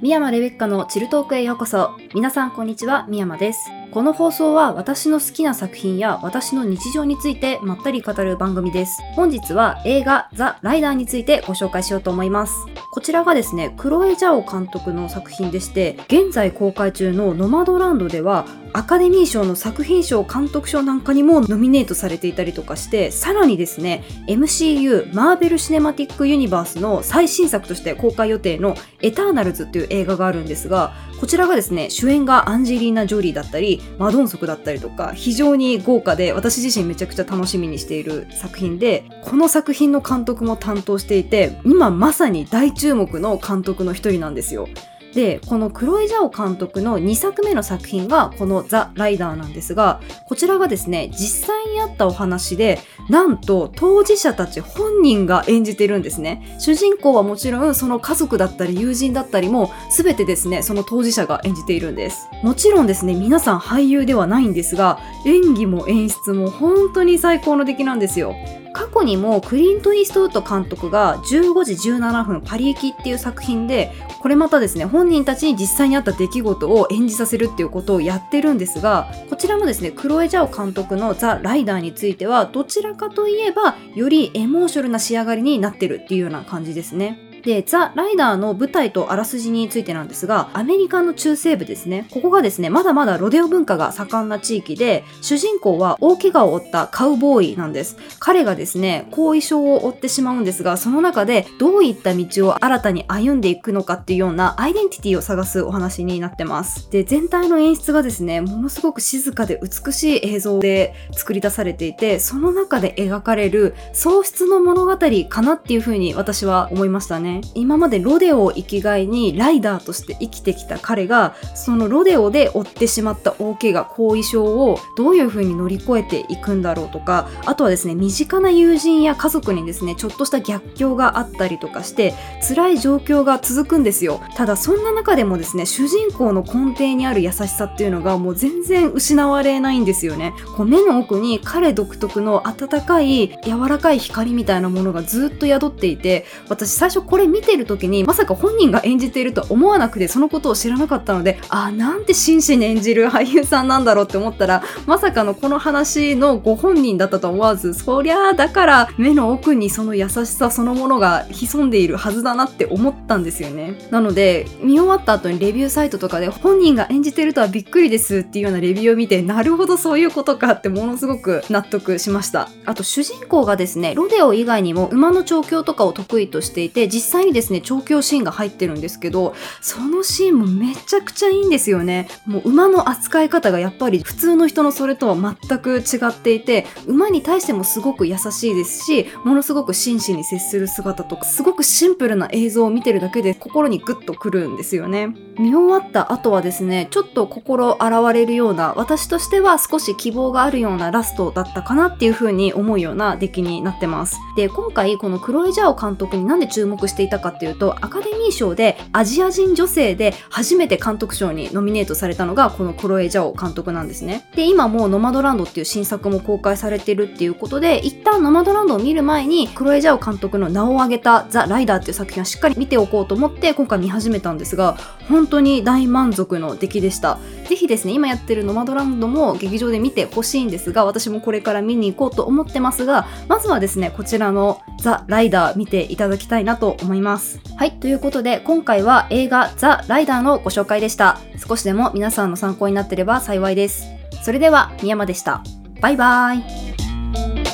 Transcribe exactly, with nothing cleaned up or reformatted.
美山レベッカのチルトークへようこそ。皆さんこんにちは、美山です。この放送は私の好きな作品や私の日常についてまったり語る番組です。本日は映画ザ・ライダーについてご紹介しようと思います。こちらがですね、クロエ・ジャオ監督の作品でして、現在公開中のノマドランドではアカデミー賞の作品賞、監督賞なんかにもノミネートされていたりとかして、さらにですね エムシーユー マーベル・シネマティック・ユニバースの最新作として公開予定のエターナルズっていう映画があるんですが、こちらがですね主演がアンジェリーナ・ジョリーだったりマドンソクだったりとか、非常に豪華で私自身めちゃくちゃ楽しみにしている作品で、この作品の監督も担当していて、今まさに大注目の監督の一人なんですよ。で、このクロエ・ジャオ監督のにさくめの作品がこのザ・ライダーなんですが、こちらがですね実際にあったお話で、なんと当事者たち本人が演じてるんですね。主人公はもちろんその家族だったり友人だったりも全てですねその当事者が演じているんです。もちろんですね皆さん俳優ではないんですが、演技も演出も本当に最高の出来なんですよ。過去にもクリント・イーストウッド監督がじゅうごじじゅうななふんパリ行きっていう作品で、これまたですね本人たちに実際にあった出来事を演じさせるっていうことをやってるんですが、こちらもですねクロエ・ジャオ監督のザ・ライダーについてはどちらかといえばよりエモーショナルな仕上がりになってるっていうような感じですね。で、ザ・ライダーの舞台とあらすじについてなんですが、アメリカの中西部ですね。ここがですね、まだまだロデオ文化が盛んな地域で、主人公は大怪我を負ったカウボーイなんです。彼がですね、後遺症を負ってしまうんですが、その中でどういった道を新たに歩んでいくのかっていうようなアイデンティティを探すお話になってます。で、全体の演出がですね、ものすごく静かで美しい映像で作り出されていて、その中で描かれる喪失の物語かなっていうふうに私は思いましたね。今までロデオを生きがいにライダーとして生きてきた彼が、そのロデオで負ってしまった大怪我、後遺症をどういう風に乗り越えていくんだろうとか、あとはですね身近な友人や家族にですねちょっとした逆境があったりとかして辛い状況が続くんですよ。ただそんな中でもですね主人公の根底にある優しさっていうのがもう全然失われないんですよね。こう目の奥に彼独特の温かい柔らかい光みたいなものがずっと宿っていて、私最初これ見てる時にまさか本人が演じているとは思わなくて、そのことを知らなかったので、あーなんて真摯に演じる俳優さんなんだろうって思ったら、まさかのこの話のご本人だったと思わず、そりゃあだから目の奥にその優しさそのものが潜んでいるはずだなって思ったんですよね。なので見終わった後にレビューサイトとかで本人が演じてるとはびっくりですっていうようなレビューを見て、なるほどそういうことかってものすごく納得しました。あと主人公がですねロデオ以外にも馬の調教とかを得意としていて、実際にですね調教シーンが入ってるんですけど、そのシーンもめちゃくちゃいいんですよね。もう馬の扱い方がやっぱり普通の人のそれとは全く違っていて、馬に対してもすごく優しいですし、ものすごく真摯に接する姿とか、すごくシンプルな映像を見てるだけで心にグッとくるんですよね。見終わった後はですねちょっと心洗われるような、私としては少し希望があるようなラストだったかなっていう風に思うような出来になってます。で、今回このクロエ・ジャオ監督になんで注目していたかっていうと、アカデミー賞でアジア人女性で初めて監督賞にノミネートされたのがこのクロエ・ジャオ監督なんですね。で、今もうノマドランドっていう新作も公開されてるっていうことで、一旦ノマドランドを見る前にクロエ・ジャオ監督の名を挙げたザ・ライダーっていう作品はしっかり見ておこうと思って今回見始めたんですが、本当に大満足の出来でした。ぜひですね今やってるノマドランドも劇場で見てほしいんですが、私もこれから見に行こうと思ってますが、まずはですねこちらのザ・ライダー見ていただきたいなと思います。はい、ということで今回は映画ザ・ライダーのご紹介でした。少しでも皆さんの参考になっていれば幸いです。それでは、みやまでした。バイバイ。